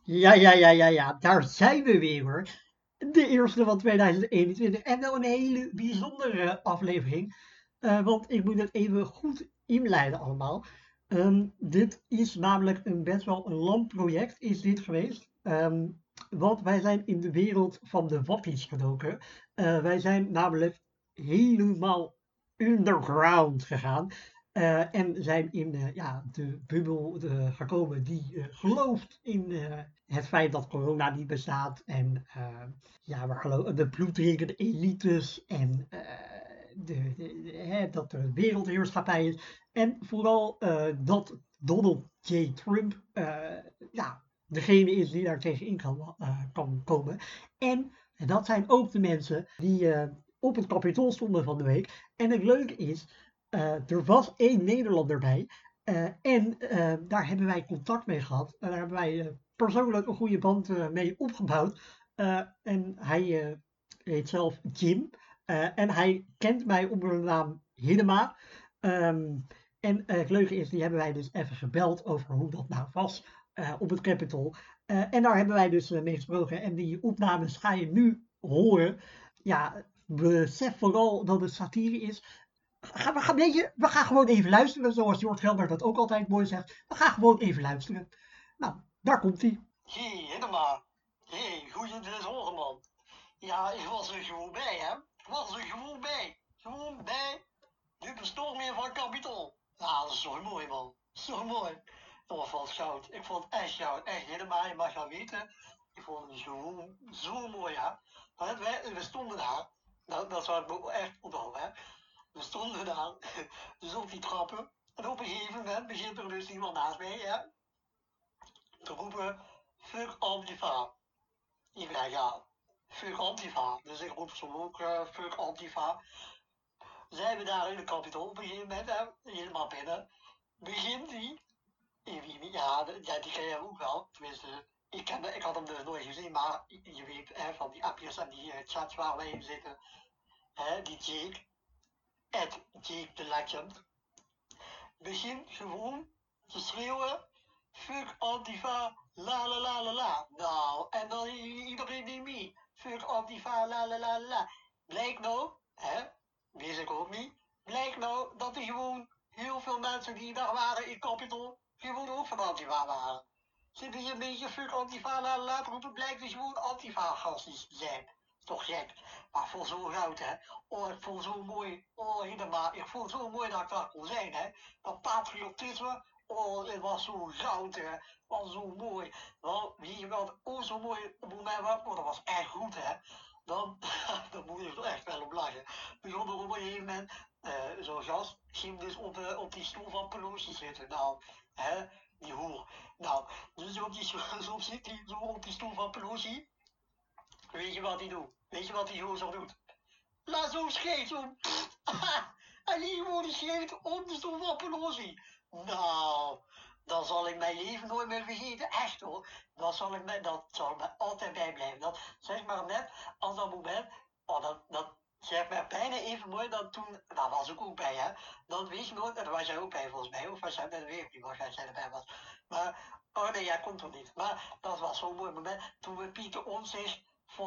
Ja, daar zijn we weer hoor. De eerste van 2021 en wel een hele bijzondere aflevering. Want ik moet het even goed inleiden allemaal. Dit is namelijk een best wel een lang project is dit geweest. Want wij zijn in de wereld van de wappies gedoken. Wij zijn namelijk helemaal underground gegaan. En zijn in ja, de bubbel gekomen die gelooft in het feit dat corona niet bestaat. En ja, we geloven de bloeddrinkende elites en dat er een wereldheerschappij is. En vooral dat Donald J. Trump ja, degene is die daar tegenin kan komen. En dat zijn ook de mensen die op het Capitool stonden van de week. En het leuke is, er was één Nederlander bij. En daar hebben wij contact mee gehad. En daar hebben wij persoonlijk een goede band mee opgebouwd. En hij heet zelf Jim. En hij kent mij onder de naam Hiddema. Ehm, en het leuke is, die hebben wij dus even gebeld over hoe dat nou was op het Capitol. En daar hebben wij dus mee gesproken. En die opnames ga je nu horen. Ja, besef vooral dat het satire is. We gaan gewoon even luisteren, zoals Jort Gelder dat ook altijd mooi zegt. We gaan gewoon even luisteren. Nou, daar komt hij. Hé, helemaal. Hé, goeiedag, man. Ja, ik was er gewoon bij, hè. Ik was er gewoon bij. Gewoon bij de bestorming van Capitol. Ja, dat is zo mooi, man. Zo mooi. Dat was goud. Ik vond het echt goud. Echt helemaal, je mag gaan weten. Ik vond het zo mooi, hè. We stonden daar. Dat zou ik me ook echt onthouden, hè. We stonden daar, dus op die trappen. En op een gegeven moment begint er dus iemand naast mij, hè, te roepen, fuck Antifa. Ik denk, ja, fuck Antifa. Dus ik roep zo ook, fuck Antifa. Zijn we daar in de Capitool op een gegeven moment, hè, helemaal binnen. Begint die, ja, die ken je ook wel. Tenminste, ik had hem dus nooit gezien, maar je weet, hè, van die appjes en die chats waar wij in zitten. Hè, die Jake, Jake the Legend. Begint gewoon te schreeuwen, fuck Antifa, la la la la la. Nou, en dan iedereen die mee. Fuck Antifa, la la la la. Blijkt nou, hè, wist ik ook niet, blijkt nou dat er gewoon heel veel mensen die daar waren in Capitol, gewoon ook van Antifa waren. Zitten hier een beetje fuck Antifa, la la la te roepen, blijkt dus gewoon Antifa-gasten te zijn. Toch gek. Maar voor zo'n goud, hè. Oh, ik voel zo mooi. Oh, helemaal. Ik voel zo mooi dat ik daar kon zijn, hè. Dat patriotisme. Oh, het was zo goud, hè. Het was zo mooi. Nou, weet je wat ook zo mooi moment was? Oh, dat was echt goed, hè. Dan, dan moet je er echt wel op lachen. Begon er op een gegeven moment, zo'n gast, ging dus op die stoel van Pelosi zitten. Nou, hè, die hoer. Nou, dus op die, zo zit hij zo op die stoel van Pelosi. Weet je wat hij doet? Weet je wat die gozer doet? Laat zo'n scheet, zo. En die gewoon scheet op de stoel van Pelosi. Nou, dan zal ik mijn leven nooit meer vergeten. Echt hoor. Dat zal mij altijd bijblijven. Dat zeg maar net als dat moment. Oh, dat zeg maar bijna even mooi dan toen. Daar was ik ook bij, hè. Dat weet je nooit. En daar was jij ook bij volgens mij. Of was jij, dat weet ik niet waar jij erbij was. Maar, oh nee, jij komt er niet. Maar dat was zo'n mooi moment. Toen we Pieter Omtzigt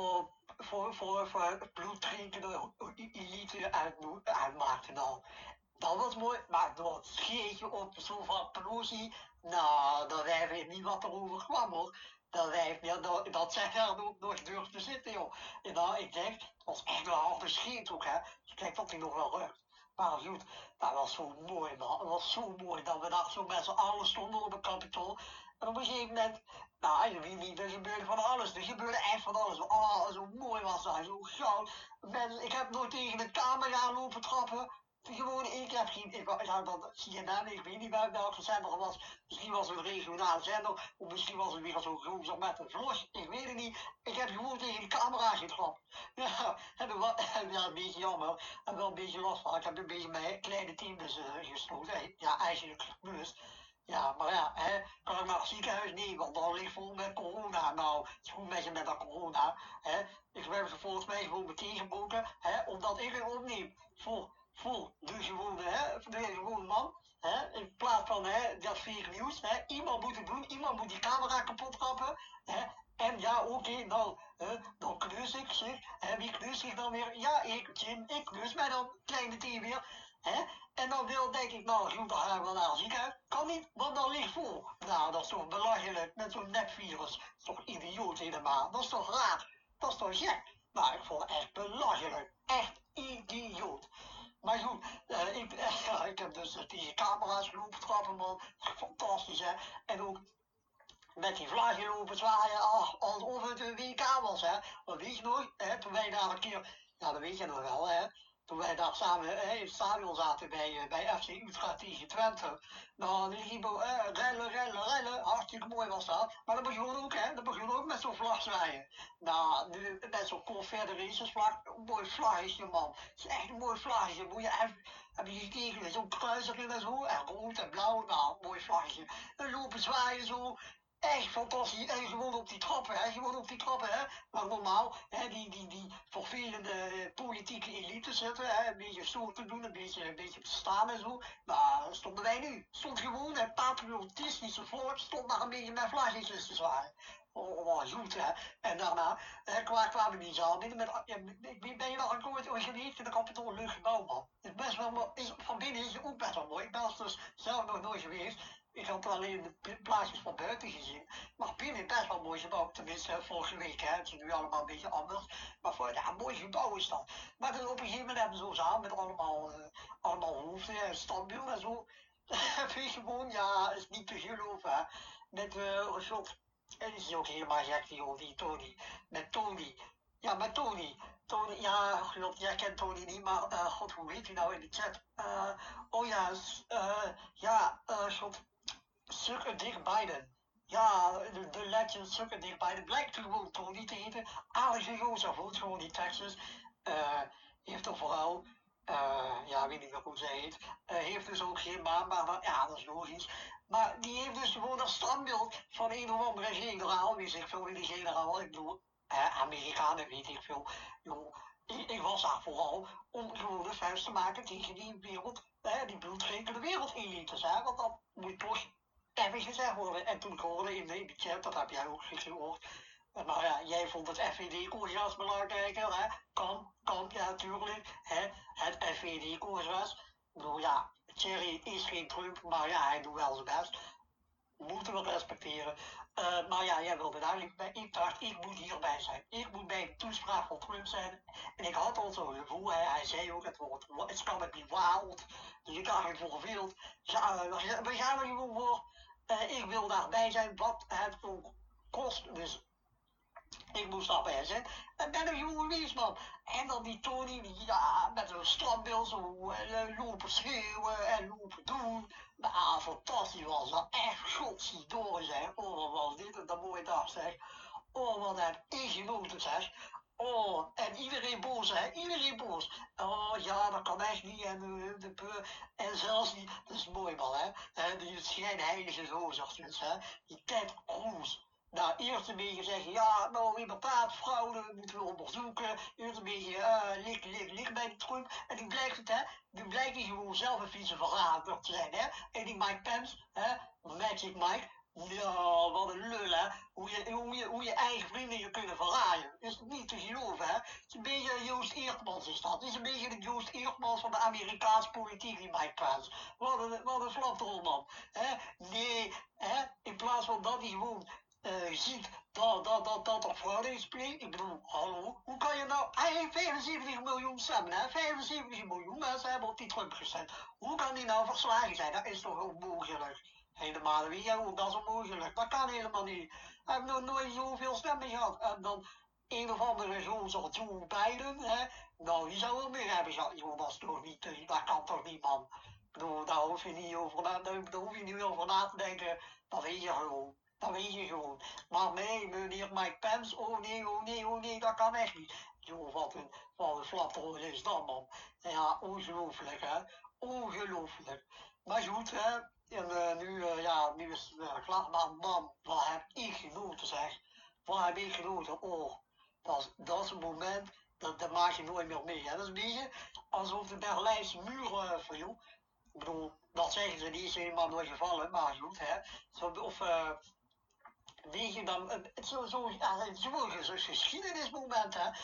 voor bloeddrinkende elite uitmaakte. Nou, dat was mooi, maar door het scheetje op zo van Pelosi, nou, dan wijf ik niet wat er over kwam hoor. Dat wijf, ja, dat zeg daar ook nog durft te zitten joh. En nou, ik denk, dat was echt een harde scheet ook hè. Ik denk dat hij nog wel ruikt. Maar goed, dat was zo mooi man. Het was zo mooi dat we daar zo met z'n allen stonden op het Capitool. En op een gegeven moment, nou, ik weet niet, er gebeurde van alles. Er gebeurde echt van alles. Oh, zo mooi was dat, zo goud. Ik heb nooit tegen de camera lopen trappen. Gewoon, ik heb geen, ja, dat CNN, ik weet niet welke zender het was. Misschien was het een regionale zender, of misschien was het weer zo'n gozer met een vlog. Ik weet het niet. Ik heb gewoon tegen de camera getrapt. Ja, ja, een beetje jammer. En wel een beetje last van. Ik heb een beetje mijn kleine team dus gesloten. Ja, eigenlijk bewust. Ja, maar ja, hè, kan ik naar het ziekenhuis niet, want dan ligt vol met corona. Nou, het is goed met je met dat corona. Hè. Ik heb ze volgens mij gewoon meteen geboken, hè, omdat ik het opneem. Voor de gewone, hè, de gewone man. Hè, in plaats van hè, dat fake nieuws. Hè, iemand moet het doen, iemand moet die camera kapot kappen. Hè, oké, nou, dan knus ik zich. Wie knus zich dan weer? Ja, ik, Jim, ik knus mij dan, kleine T weer. Hè? En dan denk ik, nou goed, dan ga ik wel naar het ziekenhuis. Kan niet, want dan ligt vol. Nou, dat is toch belachelijk, met zo'n nepvirus. Dat is toch idioot helemaal. Dat is toch raar? Dat is toch gek? Nou, ik vond het echt belachelijk. Echt idioot. Maar goed, ik heb dus die camera's gelopen trappen, man. Fantastisch, hè. En ook met die vlaggen lopen zwaaien, alsof het een WK was, hè. Maar weet je nog, hè, toen wij daar een keer, ja, dat weet je nog wel, hè. Toen wij daar samen in het stadion zaten bij FC Utrecht tegen Twente. Nou, die riepen, rellen, rellen, rellen. Hartstikke mooi was dat. Maar dat begon ook, hè. Dat begon ook met zo'n vlag zwaaien. Nou, nu met zo'n Confederations vlag. Een mooi vlaggetje, man. Het is echt een mooi vlaggetje. Moet je even, heb je gekeken, zo'n kruisje en zo. En rood en blauw. Nou, mooi vlaggetje. En lopen zwaaien zo. Echt fantastisch. En gewoon op die trappen, hè. Gewoon op die trappen, hè. Maar normaal, hè, die vervelende politieke elite zitten, hè. Een beetje stoer te doen, een beetje te staan en zo. Nou, stonden wij nu. Stond gewoon het patriotistische volk, stond daar een beetje met vlaggetjes te zwaaien. Oh, goed, hè. En daarna kwamen die zaal binnen met, ja, ben je wel ooit geweest in de Capitool luchtgebouw, man. Het is best wel, van binnen is het ook best wel mooi. Ik ben er dus zelf nog nooit geweest. Ik had alleen de plaatjes van buiten gezien. Maar binnen best wel mooi gebouw. Tenminste, vorige week, hè. Het is nu allemaal een beetje anders. Maar voor ja, een mooi gebouw is dat. Maar dan op een gegeven moment hebben ze zo'n zaal met allemaal hoofden en standbeelden en zo. Vind je gewoon, ja, is niet te geloven, hè. Met een soort. En die is ook helemaal gek, die Tony. Met Tony. Ja, met Tony. Tony, ja, god, jij kent Tony niet, maar god, hoe heet hij nou in de chat? Oh ja, god, Sucker Dick Biden. Ja, de legend Sucker Dick Biden blijkt gewoon Tony te heten. Aardige gozer, voelt gewoon die Texas. Heeft een vrouw. Ja, weet niet meer hoe zij heet. Heeft dus ook geen baan, maar ja, dat is logisch. Maar die heeft dus gewoon een standbeeld van een of andere generaal. Wie zich veel in die generaal, ik bedoel, Amerikanen weet ik veel. Joh, ik was daar vooral om gewoon een vuist te maken tegen die wereld, die bloedrinkende wereldelites. Want dat moet toch even gezegd worden. En toen ik hoorde in de chat, dat heb jij ook gehoord. Maar ja, jij vond het FVD-congres belangrijker, hè? Kan, ja, natuurlijk. Hè? Het FVD-congres. Ik bedoel, ja, Thierry is geen Trump, maar ja, hij doet wel zijn best. Moeten we respecteren. Maar ja, jij wilde daar niet bij. Ik dacht, ik moet hierbij zijn. Ik moet bij de toespraak van Trump zijn. En ik had al zo'n gevoel, hij zei ook het woord, it's gonna be wild. Dus ik dacht, voor geveeld. Ja, we gaan er gewoon voor. Ik wil daarbij zijn, wat het ook kost. Dus ik moest daarbij zijn. En ben er gewoon geweest, man. En dan die Tony, die ja, met een standbeeld zo lopen schreeuwen en lopen doen. Nou, fantastisch was dat. Echt godsdienst zeg. Oh, wat was dit een mooie dag, zeg. Oh, wat heb ik genoten, zeg. Oh, en iedereen boos, hè? Iedereen boos. Oh ja, dat kan echt niet. En zelfs die, dat is mooi man, hè? Die schijnheilige gozer, dus, hè? Die Ted Cruz. Nou, eerst een beetje zeggen, ja, nou, inderdaad, fraude moeten we onderzoeken. Eerst een beetje, lik bij de Trump. En die blijkt het, hè? Die blijkt die gewoon zelf een vieze verrader te zijn, hè? En die Mike Pence, hè? Magic Mike. Ja, wat een lul, hè? Hoe je eigen vrienden je kunnen verraaien. Is niet te geloven, hè? Het is een beetje Joost Eertmans is dat. Het is een beetje de Joost Eertmans van de Amerikaanse politiek, die Mike Pence. Wat een flapdrol, man. Hè? Nee, hè? In plaats van dat hij gewoon ziet dat er fraude is gepleegd. Ik bedoel, hallo, hoe kan je nou... Hij heeft 75 miljoen stemmen, hè? 75 miljoen mensen hebben op die Trump gestemd. Hoe kan die nou verslagen zijn? Dat is toch onmogelijk? Helemaal, wie jij ook, dat is onmogelijk. Dat kan helemaal niet. Hij heeft nog nooit zoveel stemmen gehad. En dan een of andere zoals Joe Biden, hè? Nou, die zou wel meer hebben gehad. Joh, dat is toch niet, dat kan toch niet, man. Ik bedoel, daar hoef je niet over daar hoef je niet over na te denken. Dat weet je gewoon. Dat weet je gewoon. Maar nee, meneer Mike Pence, oh nee, oh nee, oh nee, dat kan echt niet. Joh, wat een flapdrol is dat, man. Ja, ongelooflijk, hè. Ongelooflijk. Maar goed, hè. En nu is het klaar. Maar man, wat heb ik genoten, zeg. Wat heb ik genoten. Oh, dat is een moment, dat maak je nooit meer mee. Hè. Dat is een beetje alsof de Berlijnse muur viel. Ik bedoel, dat zeggen ze, die is helemaal nooit gevallen, maar goed, hè. Of weet je dan, het is gewoon zo'n geschiedenismoment, hè.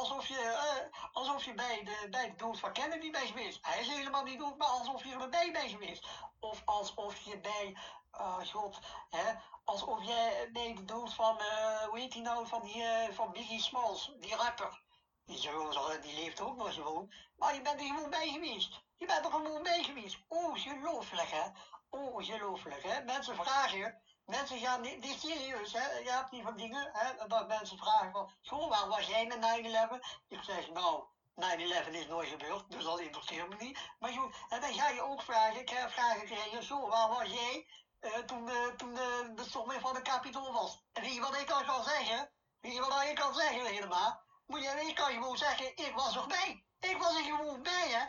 Alsof je bij de dood van Kennedy bent geweest. Hij is helemaal niet dood, maar alsof je erbij bent geweest. Of alsof je bij, god, hè, alsof jij bij de dood van, hoe heet die nou, van Biggie Smalls, die rapper. Die leeft ook nog gewoon. Maar je bent er gewoon bij geweest. Je bent er gewoon bij geweest. Ongelooflijk, hè. Ongelooflijk, hè. Mensen gaan niet serieus, hè. Je hebt niet van dingen, hè. Dat mensen vragen van, goh, waar was jij met 9/11? Ik zeg, nou, 9/11 is nooit gebeurd, dus dat interesseert me niet. Maar goed, en dan ga je ook vragen, ik heb vragen gekregen, zo, waar was jij toen de bestorming van de Capitool was? En weet je wat ik dan kan zeggen? Weet je wat ik kan zeggen helemaal? Ik kan gewoon zeggen, ik was erbij. Ik was er gewoon bij, hè.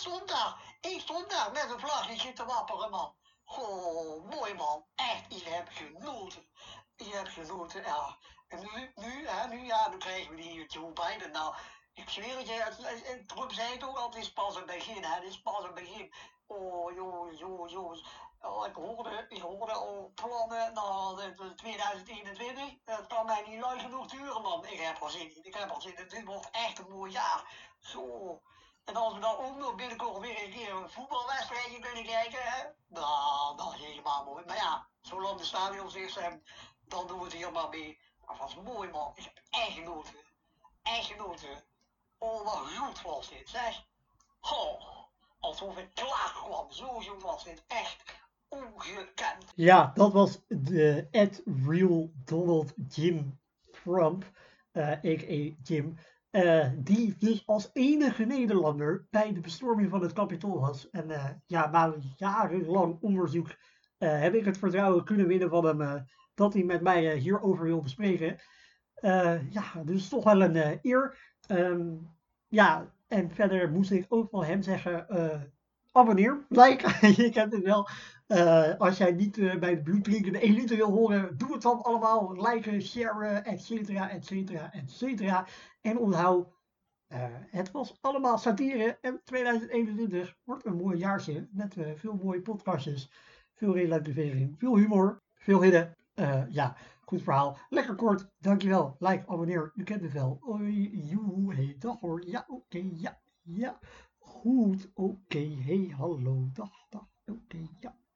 Ik stond daar met een vlaggetje te wapperen, man. Goh, mooi man. Echt, je hebt genoten. Je hebt genoten, ja. En nu krijgen we die Joe Biden. Nou, ik zweer het je, Trump zei het ook al, het is pas een begin, hè. Het is pas een begin. Oh, joh. Oh, ik hoorde al plannen naar 2021. Het kan mij niet lang genoeg duren, man. Ik heb er zin in. Dit wordt echt een mooi jaar. Zo. En als we dan ook nog binnenkort weer een keer een voetbalwedstrijdje kunnen kijken, hè? Nou, dat is helemaal mooi. Maar ja, zolang de stadions er zijn, dan doen we het hier maar mee. Maar het was mooi, man. Ik heb echt genoten. Echt genoten. Oh, wat goed was dit, zeg. Oh, alsof ik klaar kwam. Zo goed was dit. Echt ongekend. Ja, dat was de @real Donald Jim Trump, a.k.a. Jim, die dus als enige Nederlander bij de bestorming van het Capitool was. En ja, na jarenlang onderzoek heb ik het vertrouwen kunnen winnen van hem dat hij met mij hierover wil bespreken. Ja, dus toch wel een eer. Ja, en verder moest ik ook van hem zeggen, abonneer, like, je kent het wel. Als jij niet bij de bloeddrinkende elite wil horen, doe het dan allemaal. Liken, sharen, etcetera. En onthoud, het was allemaal satire en 2021 wordt een mooi jaartje met veel mooie podcastjes, veel relativering, veel humor, veel hidden. Ja, goed verhaal. Lekker kort, dankjewel. Like, abonneer, u kent het wel. Oei, joe, hey, dag hoor. Ja, oké, ja. Goed, oké, hey, hallo, dag, oké, ja.